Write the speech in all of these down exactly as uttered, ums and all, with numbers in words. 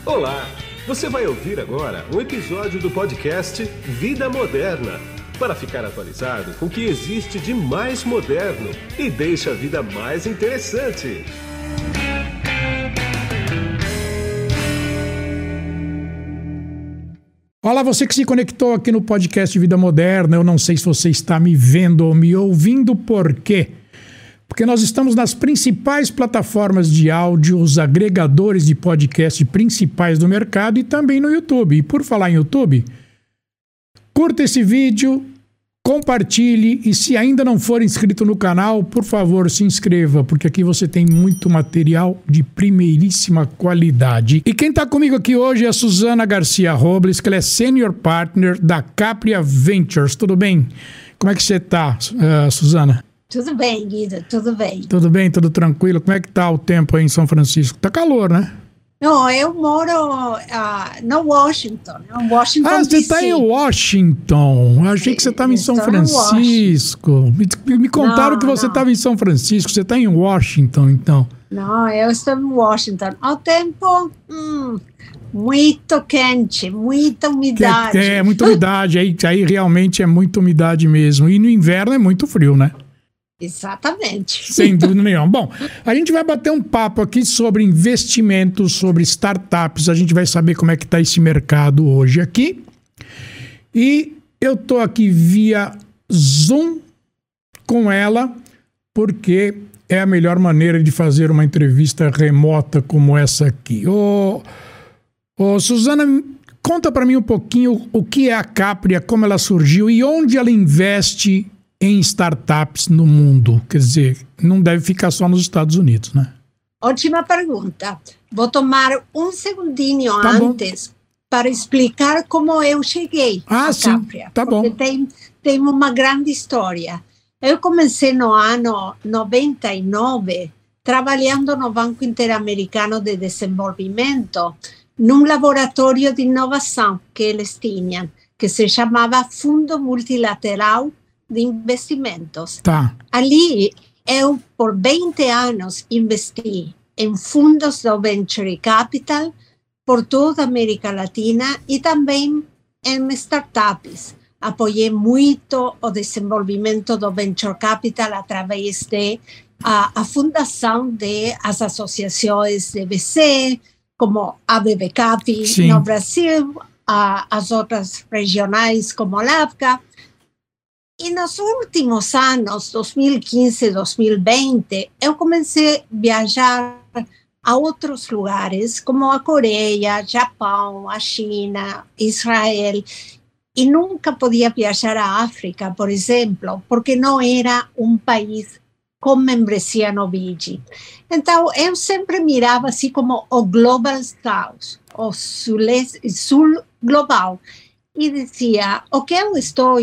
Olá! Você vai ouvir agora um episódio do podcast Vida Moderna, para ficar atualizado com o que existe de mais moderno e deixa a vida mais interessante. Olá, você que se conectou aqui no podcast Vida Moderna. Eu não sei se você está me vendo ou me ouvindo, por quê? Porque nós estamos nas principais plataformas de áudio, os agregadores de podcast principais do mercado e também no YouTube. E por falar em YouTube, curta esse vídeo, compartilhe e se ainda não for inscrito no canal, por favor, se inscreva, porque aqui você tem muito material de primeiríssima qualidade. E quem está comigo aqui hoje é a Suzana Garcia Robles, que ela é Senior Partner da Capria Ventures. Tudo bem? Como é que você está, uh, Suzana? Tudo bem, Guido, tudo bem. Tudo bem, tudo tranquilo. Como é que tá o tempo aí em São Francisco? Tá calor, né? Não, eu moro uh, no Washington, em Washington Ah, você está em Washington. Achei que você estava em São Francisco. Me, me contaram não, que você estava em São Francisco. Você está em Washington, então. Não, eu estou em Washington. O tempo, hum, muito quente, muita umidade. É, é muita umidade. aí, aí realmente é muita umidade mesmo. E no inverno é muito frio, né? Exatamente. Sem dúvida nenhuma. Bom, a gente vai bater um papo aqui sobre investimentos, sobre startups. A gente vai saber como é que está esse mercado hoje aqui. E eu estou aqui via Zoom com ela, porque é a melhor maneira de fazer uma entrevista remota como essa aqui. Ô, ô Suzana, conta para mim um pouquinho o que é a Capria, como ela surgiu e onde ela investe em startups no mundo. Quer dizer, não deve ficar só nos Estados Unidos, né? Ótima pergunta. Vou tomar um segundinho tá antes bom. para explicar como eu cheguei ah, à sim. Capria. Tá bom. Porque tem, tem uma grande história. Eu comecei no ano noventa e nove trabalhando no Banco Interamericano de Desenvolvimento, num laboratório de inovação que eles tinham, que se chamava Fundo Multilateral de Investimentos. Tá. Ali, eu, por vinte anos, investi em fundos do Venture Capital por toda a América Latina e também em startups. Apoiei muito o desenvolvimento do Venture Capital através de a, a fundação de as associações de V C, como a B B Cap Sim. no Brasil, a, as outras regionais como a LAVCA. E nos últimos anos, dois mil e quinze, dois mil e vinte, eu comecei a viajar a outros lugares, como a Coreia, Japão, a China, Israel, e nunca podia viajar à África, por exemplo, porque não era um país com membresia no B I G. Então, eu sempre mirava assim como o Global South, o sul, sul global, e dizia, o que eu estou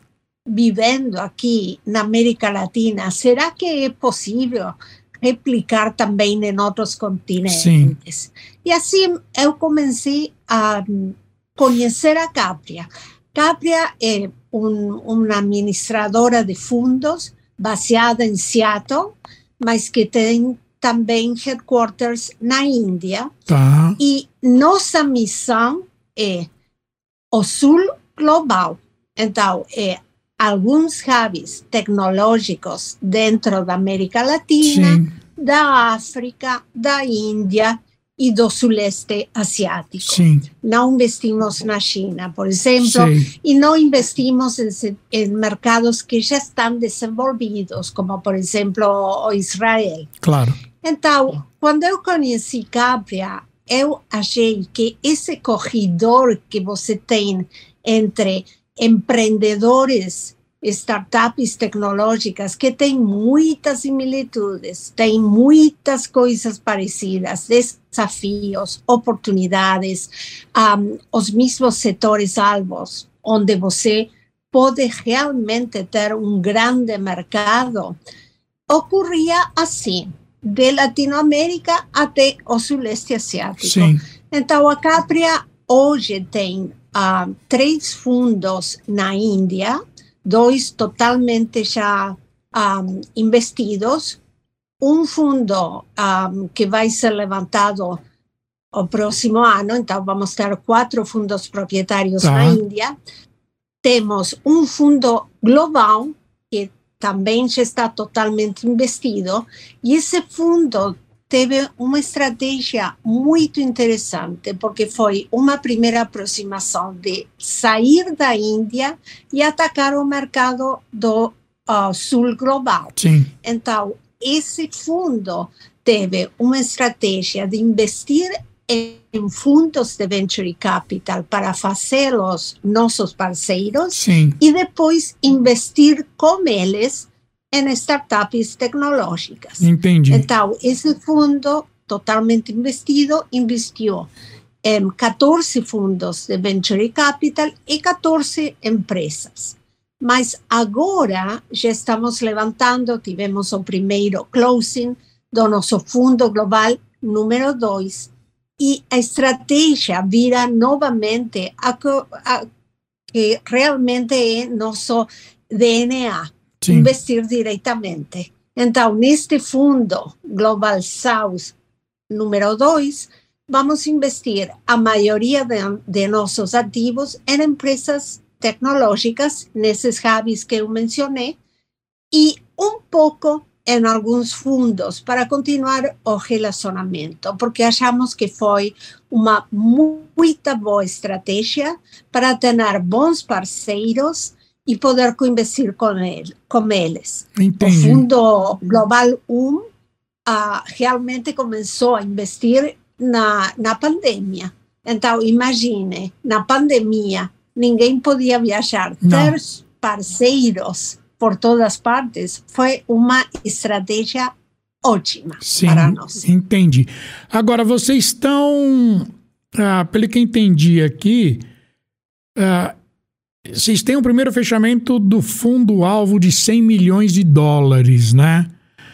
vivendo aqui na América Latina, será que é possível replicar também em outros continentes? Sim. E assim eu comecei a conhecer a Capria. Capria é um, uma administradora de fundos baseada em Seattle, mas que tem também headquarters na Índia. Tá. E nossa missão é o sul global. Então, é alguns hubs tecnológicos dentro da América Latina, Sim. da África, da Índia e do Suleste Asiático. Sim. Não investimos na China, por exemplo, Sim. e não investimos em, em mercados que já estão desenvolvidos, como, por exemplo, o Israel. Claro. Então, quando eu conheci Capria, eu achei que esse corredor que você tem entre empreendedores, startups tecnológicas que têm muitas similitudes, têm muitas coisas parecidas, desafios, oportunidades, um, os mesmos setores-alvos, onde você pode realmente ter um grande mercado, ocorria assim, de Latinoamérica até o Suleste Asiático. Sim. Então, a Capria hoje tem Uh, três fundos na Índia, dois totalmente já um, investidos, um fundo um, que vai ser levantado o próximo ano, então vamos ter quatro fundos proprietários Tá. na Índia. Temos um fundo global, que também já está totalmente investido, e esse fundo teve uma estratégia muito interessante, porque foi uma primeira aproximação de sair da Índia e atacar o mercado do uh, sul global. Sim. Então, esse fundo teve uma estratégia de investir em fundos de venture capital para fazê-los nossos parceiros. Sim. E depois investir com eles em startups tecnológicas. Entendi. Então, esse fundo totalmente investido, investiu em quatorze fundos de venture capital e quatorze empresas. Mas agora já estamos levantando, tivemos o primeiro closing do nosso fundo global número dois, e a estratégia vira novamente a que, a, que realmente é nosso D N A. Sim. Investir diretamente. Então, neste fundo Global South número dois, vamos investir a maioria de, de nossos ativos em empresas tecnológicas, nesses hubs que eu mencionei, e um pouco em alguns fundos para continuar o relacionamento, porque achamos que foi uma muito boa estratégia para ter bons parceiros e poder co-investir com, ele, com eles. Entendi. O Fundo Global um uh, realmente começou a investir na, na pandemia. Então, imagine, na pandemia, ninguém podia viajar. Não. Ter parceiros por todas partes foi uma estratégia ótima. Sim, para nós. Entendi. Agora, vocês estão, ah, pelo que eu entendi aqui, ah, vocês têm o primeiro fechamento do fundo-alvo de cem milhões de dólares, né?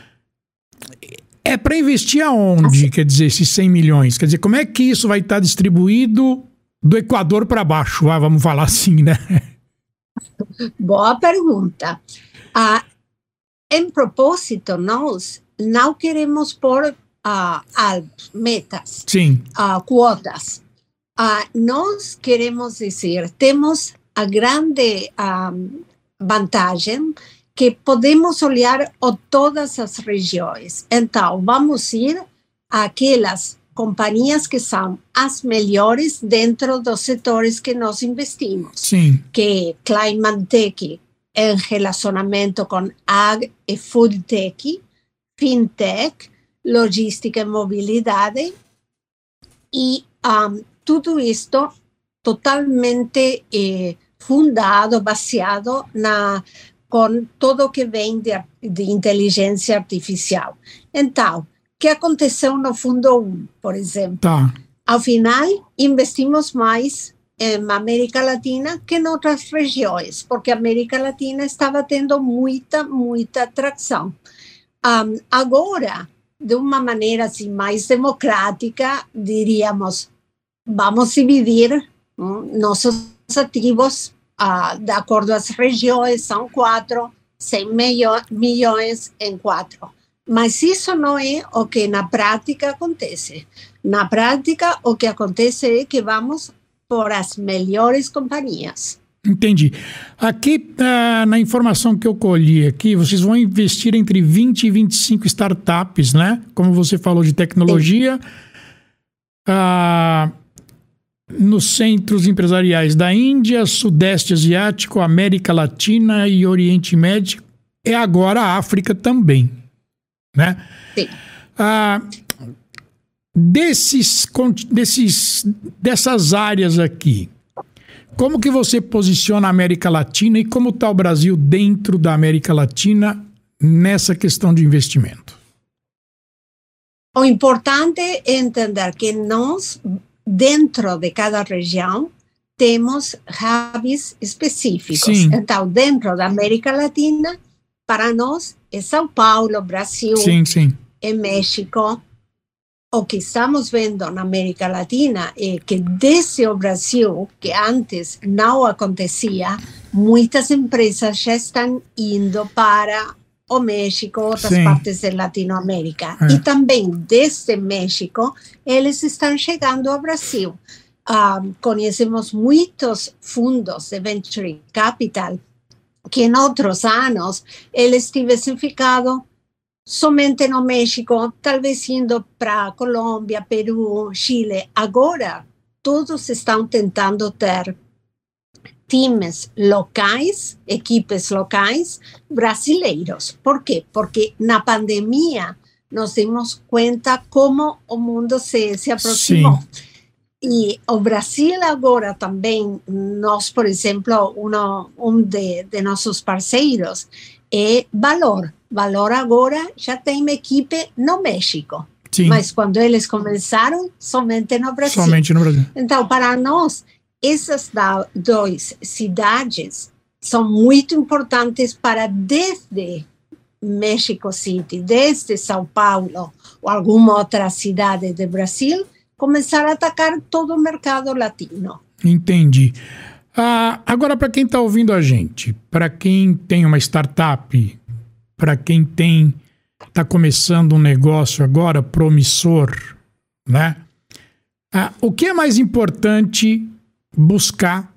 É para investir aonde, assim, quer dizer, esses cem milhões? Quer dizer, como é que isso vai estar distribuído do Equador para baixo? Ah, vamos falar assim, né? Boa pergunta. Ah, em propósito, nós não queremos pôr ah, alvos, metas, Sim. Ah, quotas. Ah, nós queremos dizer, temos a grande um, vantagem que podemos olhar a todas as regiões. Então, vamos ir àquelas companhias que são as melhores dentro dos setores que nós investimos. Sim. Que Climate Tech, em relacionamento com Ag e Food Tech, Fintech, Logística e Mobilidade, e um, tudo isto totalmente eh, fundado, baseado na, com tudo o que vem de, de inteligência artificial. Então, o que aconteceu no Fundo um, por exemplo? Tá. Ao final, investimos mais em América Latina que em outras regiões, porque a América Latina estava tendo muita, muita atração. Um, agora, de uma maneira assim, mais democrática, diríamos, vamos dividir um, nossos ativos uh, de acordo às regiões, são quatro, cem milhões em quatro. Mas isso não é o que na prática acontece. Na prática, o que acontece é que vamos por as melhores companhias. Entendi. Aqui, uh, na informação que eu colhi aqui, vocês vão investir entre vinte e vinte e cinco startups, né? Como você falou, de tecnologia, uh, nos centros empresariais da Índia, Sudeste Asiático, América Latina e Oriente Médio, e agora a África também, né? Sim. Uh, desses, desses, dessas áreas aqui, como que você posiciona a América Latina e como está o Brasil dentro da América Latina nessa questão de investimento? O importante é entender que nós, dentro de cada região, temos hubs específicos. Sim. Então, dentro da América Latina, para nós, é São Paulo, Brasil, sim, sim. é México. O que estamos vendo na América Latina é que desde o Brasil, que antes não acontecia, muitas empresas já estão indo para o México, outras Sim. partes de Latinoamérica. É. E também, desde México, eles estão chegando ao Brasil. Ah, conhecemos muitos fundos de venture capital que em outros anos eles tivessem ficado somente no México, talvez indo para Colômbia, Peru, Chile. Agora, todos estão tentando ter times locais, equipes locais brasileiros. Por quê? Porque na pandemia nos dimos conta como o mundo se, se aproximou. Sim. E o Brasil agora também, nós, por exemplo, uno, um de, de nossos parceiros é Valor. Valor agora já tem uma equipe no México. Sim. Mas quando eles começaram, somente no Brasil. Somente no Brasil. Então, para nós, essas da, duas cidades são muito importantes para, desde México City, desde São Paulo ou alguma outra cidade do Brasil, começar a atacar todo o mercado latino. Entendi. Ah, agora, para quem está ouvindo a gente, para quem tem uma startup, para quem tem está começando um negócio agora promissor, né? Ah, o que é mais importante buscar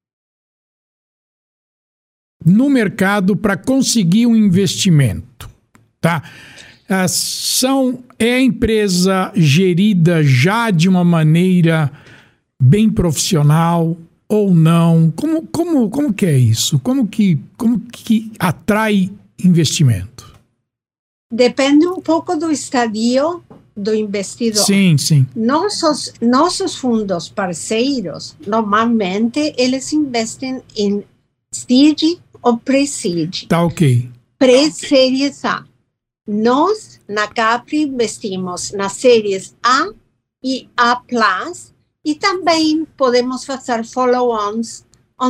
no mercado para conseguir um investimento, tá? Ah, são, é a empresa gerida já de uma maneira bem profissional ou não? Como, como, como que é isso? Como que, como que atrai investimento? Depende um pouco do estadio do investidor. Sim, sim. Nossos, nossos fundos parceiros, normalmente, eles investem em seed ou pre-seed. Tá ok. Pré-séries A. Nós, na Capri, investimos nas séries A e A plus, e também podemos fazer follow-ons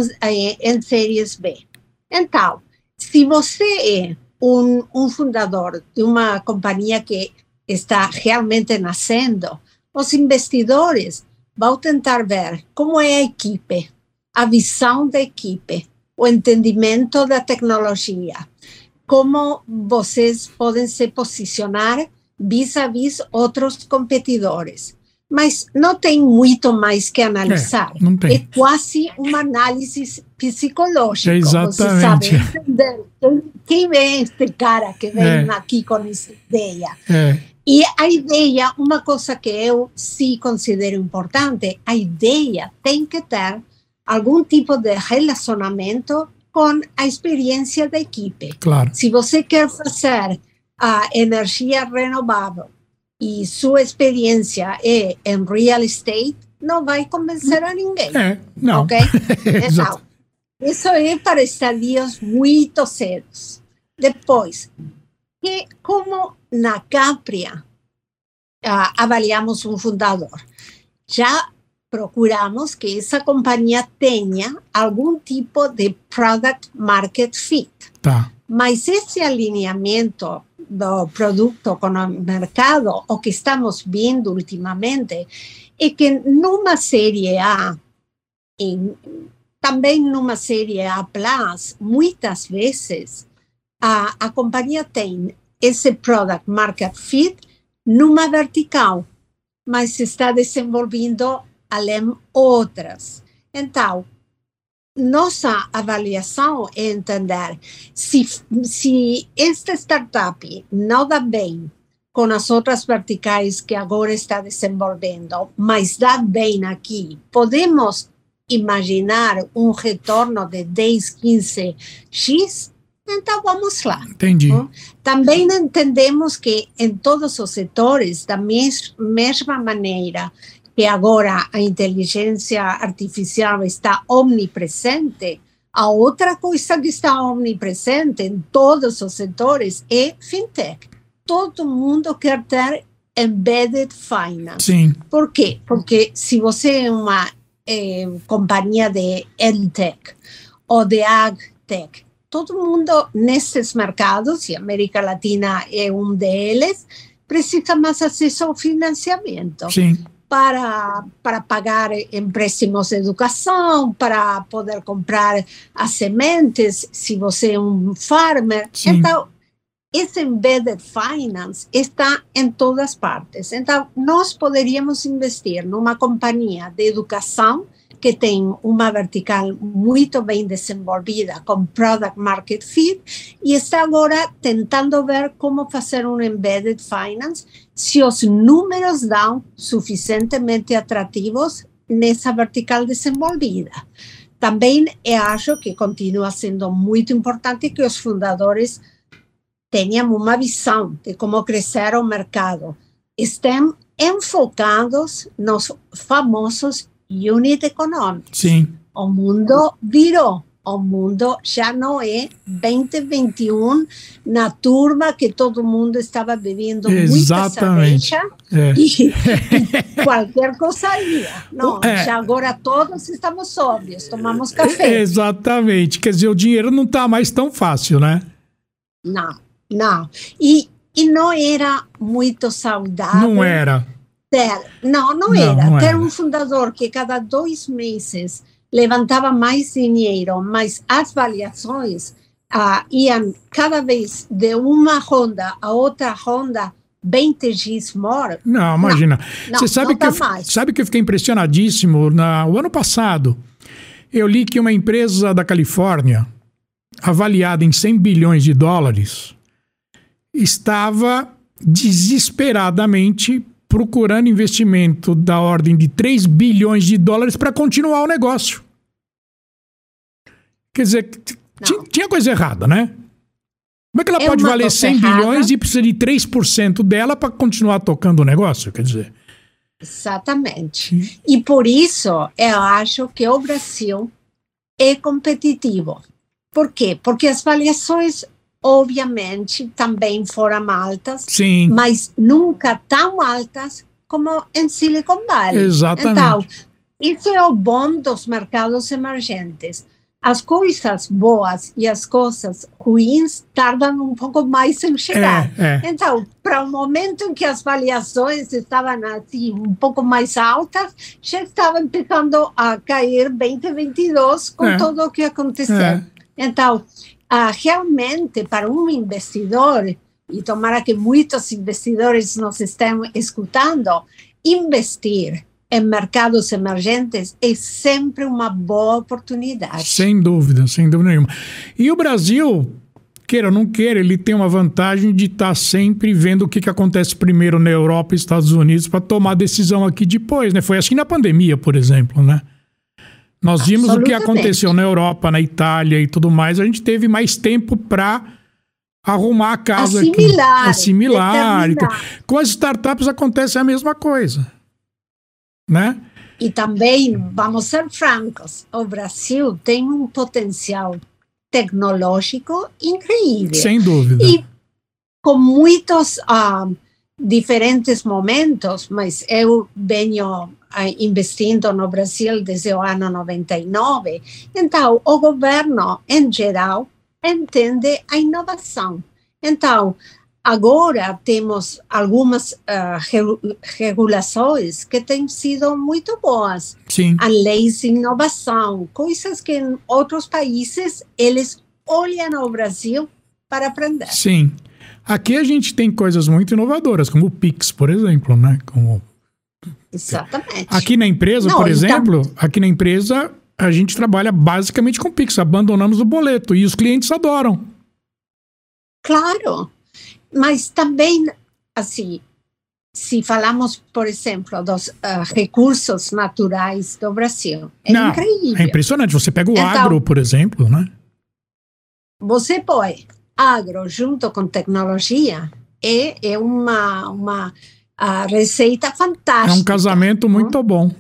em séries B. Então, se você é um, um fundador de uma companhia que está realmente nascendo, os investidores vão tentar ver como é a equipe, a visão da equipe, o entendimento da tecnologia, como vocês podem se posicionar vis-a-vis outros competidores. Mas não tem muito mais que analisar. É, não tem. É quase uma análise psicológica. É exatamente. Você sabe entender quem é este cara que vem É. aqui com essa ideia. É. E a ideia, uma coisa que eu sim considero importante, a ideia tem que ter algum tipo de relacionamento com a experiência da equipe. Claro. Se você quer fazer a energia renovável e sua experiência é em real estate, não vai convencer a ninguém. É, não. Ok? Então, isso é para estadios muito cedos. Depois, que como na Capria uh, avaliamos um fundador, já procuramos que essa companhia tenha algum tipo de product market fit. Tá. Mas esse alinhamento do produto com o mercado, o que estamos vendo ultimamente, é que numa série A, e também numa série A plus, muitas vezes a, a companhia tem esse product market fit numa vertical, mas se está desenvolvendo além outras. Então, nossa avaliação é entender se, se esta startup não dá bem com as outras verticais que agora está desenvolvendo, mas dá bem aqui, podemos imaginar um retorno de dez, quinze x? Então, vamos lá. Entendi. Também entendemos que em todos os setores, da mes- mesma maneira que agora a inteligência artificial está omnipresente, a outra coisa que está omnipresente em todos os setores é fintech. Todo mundo quer ter embedded finance. Sim. Por quê? Porque se você é uma eh, companhia de edtech ou de agtech, todo mundo nesses mercados, e a América Latina é um deles, precisa mais acesso ao financiamento. Sim. Para, para pagar empréstimos de educação, para poder comprar as sementes, se você é um farmer. Sim. Então, esse embedded finance está em todas partes. Então, nós poderíamos investir numa companhia de educação que tem uma vertical muito bem desenvolvida, com product market fit, e está agora tentando ver como fazer um embedded finance, se os números dão suficientemente atrativos nessa vertical desenvolvida. Também eu acho que continua sendo muito importante que os fundadores tenham uma visão de como crescer o mercado, estão enfocados nos famosos unit economics. Sim. O mundo virou. O mundo já não é vinte vinte e um na turma que todo mundo estava bebendo Exatamente. muita cerveja é. e, e qualquer coisa ia. Não, é. já agora todos estamos sóbrios, tomamos café. Exatamente. Quer dizer, o dinheiro não está mais tão fácil, né? Não, não. E, e não era muito saudável. Não era. Ter, não, não, não era. Não ter era. um fundador que cada dois meses levantava mais dinheiro, mas as avaliações uh, iam cada vez de uma ronda a outra ronda vinte vezes more. Não, imagina. Não, Você sabe, não que eu, mais. sabe que eu fiquei impressionadíssimo? Na, o ano passado, eu li que uma empresa da Califórnia, avaliada em cem bilhões de dólares, estava desesperadamente procurando investimento da ordem de três bilhões de dólares para continuar o negócio. Quer dizer, tinha coisa errada, né? Como é que ela é pode valer cem bilhões e precisa de três por cento dela para continuar tocando o negócio? Quer dizer... Exatamente. Sim. E por isso eu acho que o Brasil é competitivo. Por quê? Porque as avaliações, obviamente, também foram altas, Sim. mas nunca tão altas como em Silicon Valley. Exatamente. Então, isso é o bom dos mercados emergentes. As coisas boas e as coisas ruins tardam um pouco mais em chegar. É, é. Então, para o momento em que as avaliações estavam assim, um pouco mais altas, já estavam empezando a cair vinte, vinte e dois com é. tudo o que aconteceu. É. Então, uh, realmente, para um investidor, e tomara que muitos investidores nos estão escutando, investir em mercados emergentes é sempre uma boa oportunidade. Sem dúvida, sem dúvida nenhuma. E o Brasil, queira ou não queira, ele tem uma vantagem de estar sempre vendo o que, que acontece primeiro na Europa e Estados Unidos para tomar a decisão aqui depois, né? Foi assim na pandemia, por exemplo, né? Nós vimos o que aconteceu na Europa, na Itália e tudo mais. A gente teve mais tempo para arrumar a casa assimilar, aqui. Assimilar. Então, com as startups acontece a mesma coisa. Né? E também, vamos ser francos, o Brasil tem um potencial tecnológico incrível. Sem dúvida. E com muitos uh, diferentes momentos, mas eu venho uh, investindo no Brasil desde o ano noventa e nove, então o governo, em geral, entende a inovação. Então, agora temos algumas uh, re- regulações que têm sido muito boas. Sim. A leis de inovação, coisas que em outros países eles olham ao Brasil para aprender. Sim. Aqui a gente tem coisas muito inovadoras, como o Pix, por exemplo, né? Como... Exatamente. Aqui na empresa, Não, por exemplo, então... aqui na empresa a gente trabalha basicamente com Pix, abandonamos o boleto e os clientes adoram. Claro. Mas também, assim, se falamos, por exemplo, dos uh, recursos naturais do Brasil, é Não, incrível. É impressionante. Você pega o então, agro, por exemplo, né? Você põe agro junto com tecnologia, é, é uma, uma a receita fantástica. É um casamento muito hum? bom.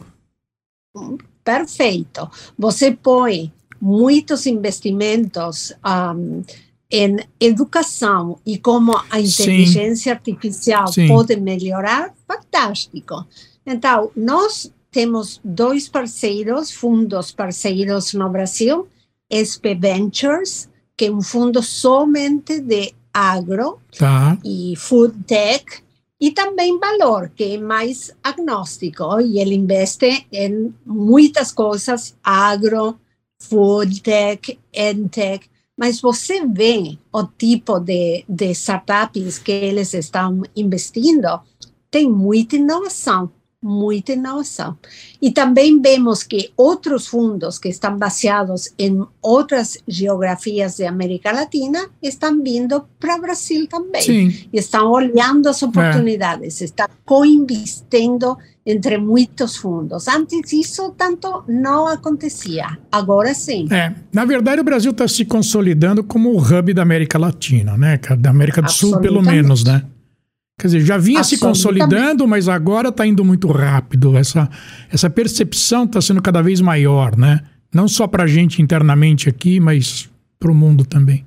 Perfeito. Você põe muitos investimentos... Um, em educação e como a inteligência Sim. artificial Sim. pode melhorar, fantástico. Então, nós temos dois parceiros, fundos parceiros no Brasil, S P Ventures, que é um fundo somente de agro tá. e food tech, e também Valor, que é mais agnóstico, e ele investe em muitas coisas, agro, food tech, edtech, mas você vê o tipo de, de startups que eles estão investindo, tem muita inovação, muita inovação. E também vemos que outros fundos que estão baseados em outras geografias da América Latina estão vindo para o Brasil também. Sim. E estão olhando as oportunidades, é. estão co-investindo entre muitos fundos. Antes isso tanto não acontecia, agora sim. É, na verdade o Brasil está se consolidando como o hub da América Latina, né? Da América do Sul pelo menos, né? Quer dizer, já vinha se consolidando, mas agora está indo muito rápido. Essa, essa percepção está sendo cada vez maior, né? Não só para a gente internamente aqui, mas para o mundo também.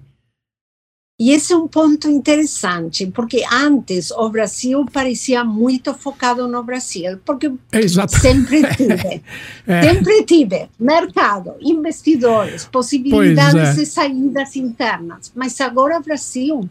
E esse é um ponto interessante, porque antes o Brasil parecia muito focado no Brasil, porque Exato. sempre tive, é. sempre tive mercado, investidores, possibilidades é. de saídas internas, mas agora o Brasil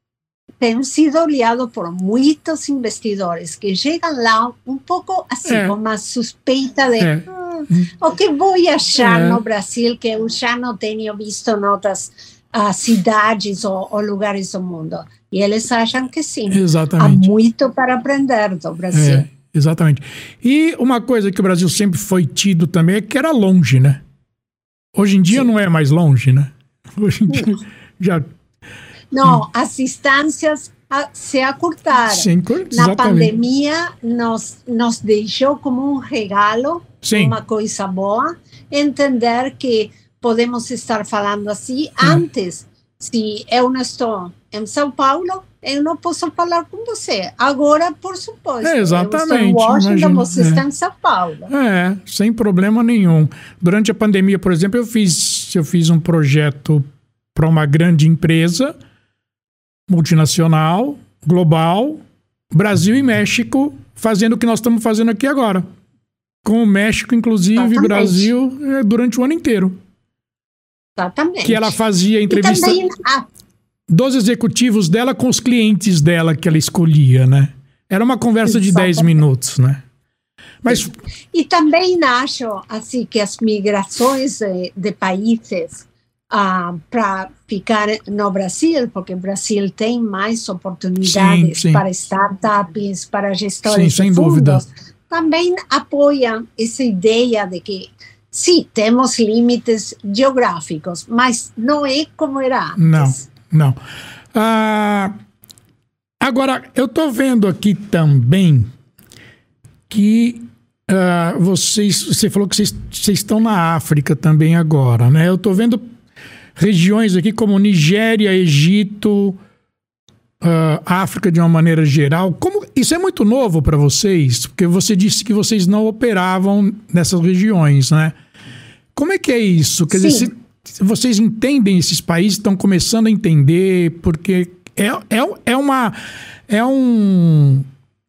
tem sido olhado por muitos investidores que chegam lá um pouco assim, é. com uma suspeita de é. hum, o que vou achar é. no Brasil que eu já não tenho visto em outras Uh, cidades ou, ou lugares do mundo. E eles acham que sim. Exatamente. Há muito para aprender do Brasil. É, exatamente. E uma coisa que o Brasil sempre foi tido também é que era longe, né? Hoje em dia sim. não é mais longe, né? Hoje em dia não. já... Não, hum. as distâncias se acurtaram. Sim, na pandemia nos, nos deixou como um regalo, sim. uma coisa boa, entender que podemos estar falando assim. Antes, se eu não estou em São Paulo, eu não posso falar com você. Agora, por suposto, é, exatamente. eu estou em Washington, imagina, você é. está em São Paulo. É, sem problema nenhum. Durante a pandemia, por exemplo, eu fiz, eu fiz um projeto para uma grande empresa multinacional, global, Brasil e México, fazendo o que nós estamos fazendo aqui agora. Com o México, inclusive, e Brasil, é, durante o ano inteiro. Exatamente. Que ela fazia entrevista também, ah, dos executivos dela com os clientes dela que ela escolhia, né? Era uma conversa exatamente. de dez minutos, né? Mas... E também acho assim, que as migrações de, de países ah, para ficar no Brasil, porque o Brasil tem mais oportunidades sim, sim. para startups, para gestores sim, de fundos, dúvida. Também apoiam essa ideia de que sim, temos limites geográficos, mas não é como era antes. Não, não. Ah, agora, eu estou vendo aqui também que ah, vocês, você falou que vocês, vocês estão na África também agora, né? Eu estou vendo regiões aqui como Nigéria, Egito, ah, África de uma maneira geral. Como, isso é muito novo para vocês? Porque você disse que vocês não operavam nessas regiões, né? Como é que é isso? Quer Sim. dizer, se vocês entendem esses países, estão começando a entender, porque é, é, é uma... É um...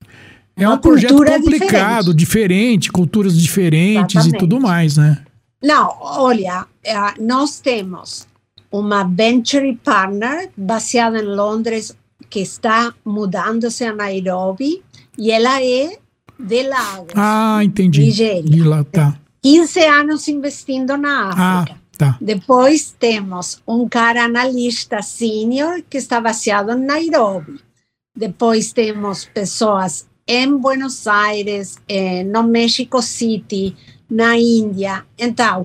É uma um projeto complicado, diferente. diferente, culturas diferentes Exatamente. e tudo mais, né? Não, olha, nós temos uma venture partner baseada em Londres que está mudando-se a Nairobi e ela é de Lagos. Ah, entendi. Nigéria. De lá, tá. quinze anos investindo na África. Ah, tá. Depois temos um cara analista sênior que está baseado em Nairobi. Depois temos pessoas em Buenos Aires, eh, no México City, na Índia. Então,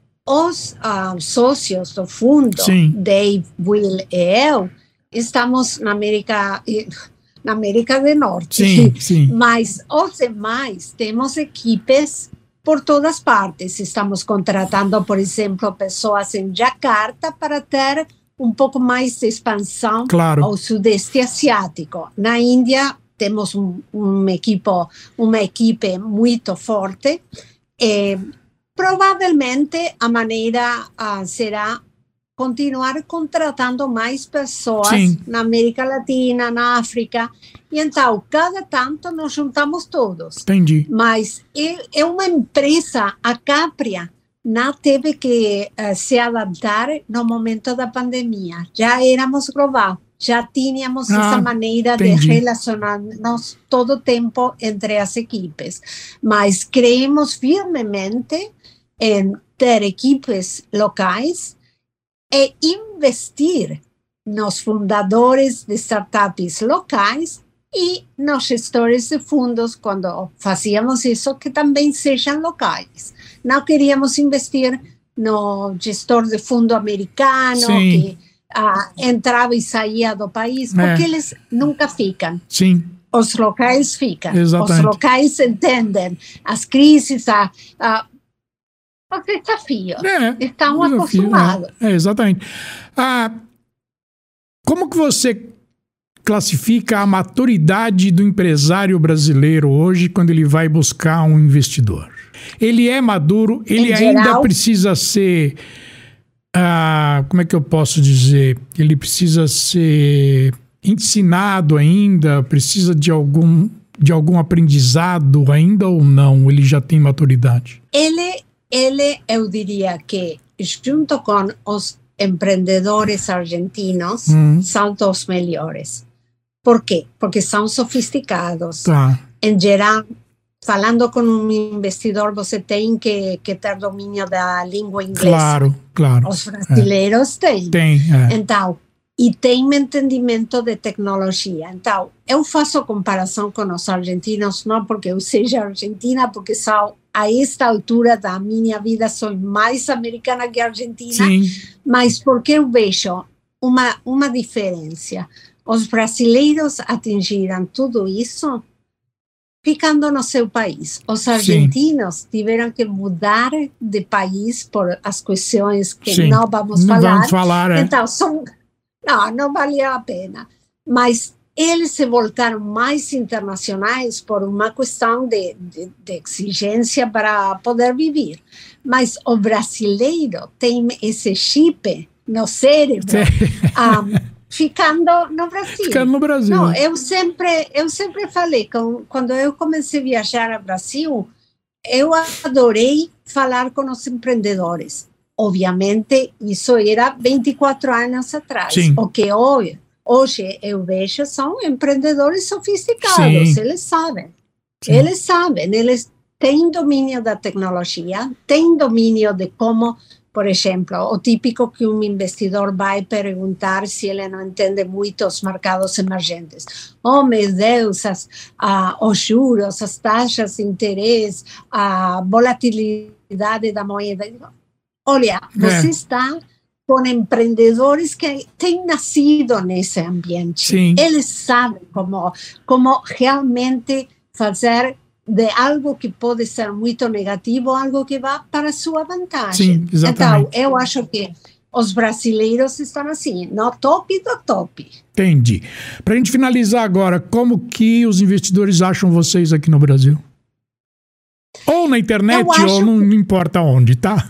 os uh, sócios do fundo, Sim. Dave, Will e eu, estamos na América, na América do Norte. Sim, sim. Mas os demais temos equipes por todas partes. Estamos contratando, por exemplo, pessoas em Jakarta para ter um pouco mais de expansão claro. ao Sudeste Asiático. Na Índia temos um, um equipo, uma equipe muito forte. Eh, provavelmente a maneira uh, será continuar contratando mais pessoas Sim. na América Latina, na África. E então, cada tanto nós juntamos todos. Entendi. Mas é, é uma empresa, a Capria, não teve que uh, se adaptar no momento da pandemia. Já éramos global, já tínhamos ah, essa maneira entendi. de relacionar-nos todo o tempo entre as equipes. Mas creemos firmemente em ter equipes locais é investir nos fundadores de startups locais e nos gestores de fundos, quando fazíamos isso, que também sejam locais. Não queríamos investir no gestor de fundo americano, Sim. que ah, entrava e saía do país, porque é. eles nunca ficam. Sim. Os locais ficam. Exatamente. Os locais entendem as crises, a, a, os desafios. É, Estão desafio, acostumados. É, é, exatamente. Ah, como que você classifica a maturidade do empresário brasileiro hoje quando ele vai buscar um investidor? Ele é maduro, ele ainda geral, precisa ser... Ah, como é que eu posso dizer? Ele precisa ser ensinado ainda? Precisa de algum, de algum aprendizado ainda ou não? Ele já tem maturidade? Ele, ele, eu diria que, junto com os empreendedores argentinos, hum. são os melhores. Por quê? Porque são sofisticados. Tá. Em geral, falando com um investidor, você tem que, que ter domínio da língua inglesa. Claro, claro. Os brasileiros é. têm. Tem, é. Então, e tem entendimento de tecnologia. Então, eu faço comparação com os argentinos, não porque eu seja argentina, porque são, a esta altura da minha vida, sou mais americana que argentina, Sim. mas porque eu vejo uma, uma diferença. Os brasileiros atingiram tudo isso ficando no seu país. Os argentinos Sim. tiveram que mudar de país por as questões que Sim. não vamos não falar. Vamos falar é. Então, são, não, não valia a pena. Mas eles se voltaram mais internacionais por uma questão de, de, de exigência para poder viver. Mas o brasileiro tem esse chip no cérebro. um, Ficando no Brasil. Ficando no Brasil. Não, eu sempre, eu sempre falei, com, quando eu comecei a viajar ao Brasil, eu adorei falar com os empreendedores. Obviamente, isso era vinte e quatro anos atrás. Sim. O que hoje, hoje eu vejo são empreendedores sofisticados. Sim. Eles sabem. Sim. Eles sabem. Eles têm domínio da tecnologia, têm domínio de como... Por exemplo, o típico que um investidor vai perguntar se ele não entende muito os mercados emergentes. Oh, meu Deus, as, ah, os juros, as taxas de interesse, a volatilidade da moeda. Olha, você é. está com empreendedores que têm nascido nesse ambiente. Sim. Eles sabem como, como realmente fazer de algo que pode ser muito negativo, algo que vá para a sua vantagem. Sim, exatamente. Então, eu acho que os brasileiros estão assim, no top do top. Entendi. Para a gente finalizar agora, como que os investidores acham vocês aqui no Brasil? Ou na internet, ou não, que... não importa onde, tá?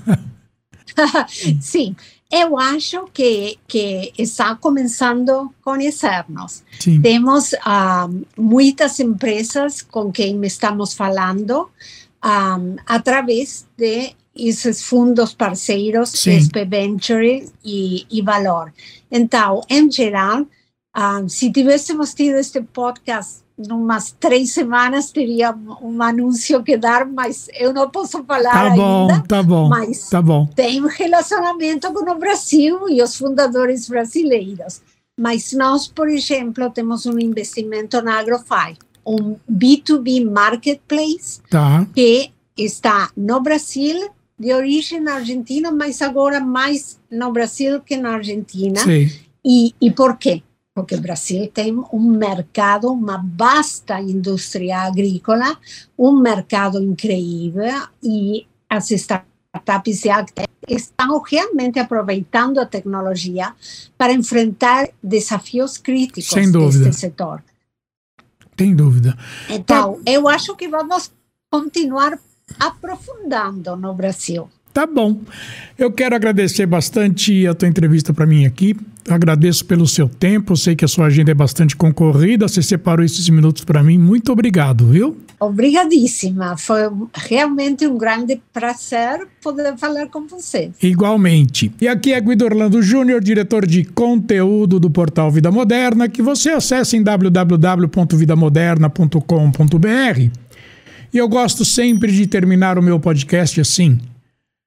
Sim. Eu acho que, que está começando a conhecer-nos. Sim. Temos um, muitas empresas com quem estamos falando um, através de esses fundos parceiros, Sim. S P Venture e, e Valor. Então, em geral, um, se tivéssemos tido este podcast umas três semanas, teria um anúncio que dar, mas eu não posso falar tá bom, ainda. Tá bom, mas tá bom. Tem um relacionamento com o Brasil e os fundadores brasileiros. Mas nós, por exemplo, temos um investimento na AgroFi, um B dois B marketplace tá. que está no Brasil, de origem argentina, mas agora mais no Brasil que na Argentina. Sim. E, e por quê? Porque o Brasil tem um mercado, uma vasta indústria agrícola, um mercado incrível e as startups estão realmente aproveitando a tecnologia para enfrentar desafios críticos deste setor. Sem dúvida. Então, tá. eu acho que vamos continuar aprofundando no Brasil. Tá bom. Eu quero agradecer bastante a tua entrevista para mim aqui. Agradeço pelo seu tempo. Eu sei que a sua agenda é bastante concorrida. Você separou esses minutos para mim. Muito obrigado, viu? Obrigadíssima. Foi realmente um grande prazer poder falar com você. Igualmente. E aqui é Guido Orlando Júnior, diretor de conteúdo do portal Vida Moderna, que você acessa em w w w ponto vida moderna ponto com ponto b r. E eu gosto sempre de terminar o meu podcast assim.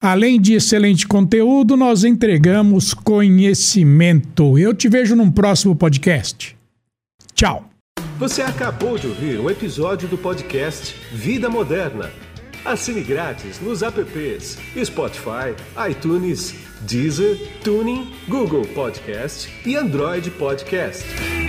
Além de excelente conteúdo, nós entregamos conhecimento. Eu te vejo num próximo podcast. Tchau. Você acabou de ouvir um episódio do podcast Vida Moderna. Assine grátis nos apps Spotify, iTunes, Deezer, Tuning, Google Podcast e Android Podcast.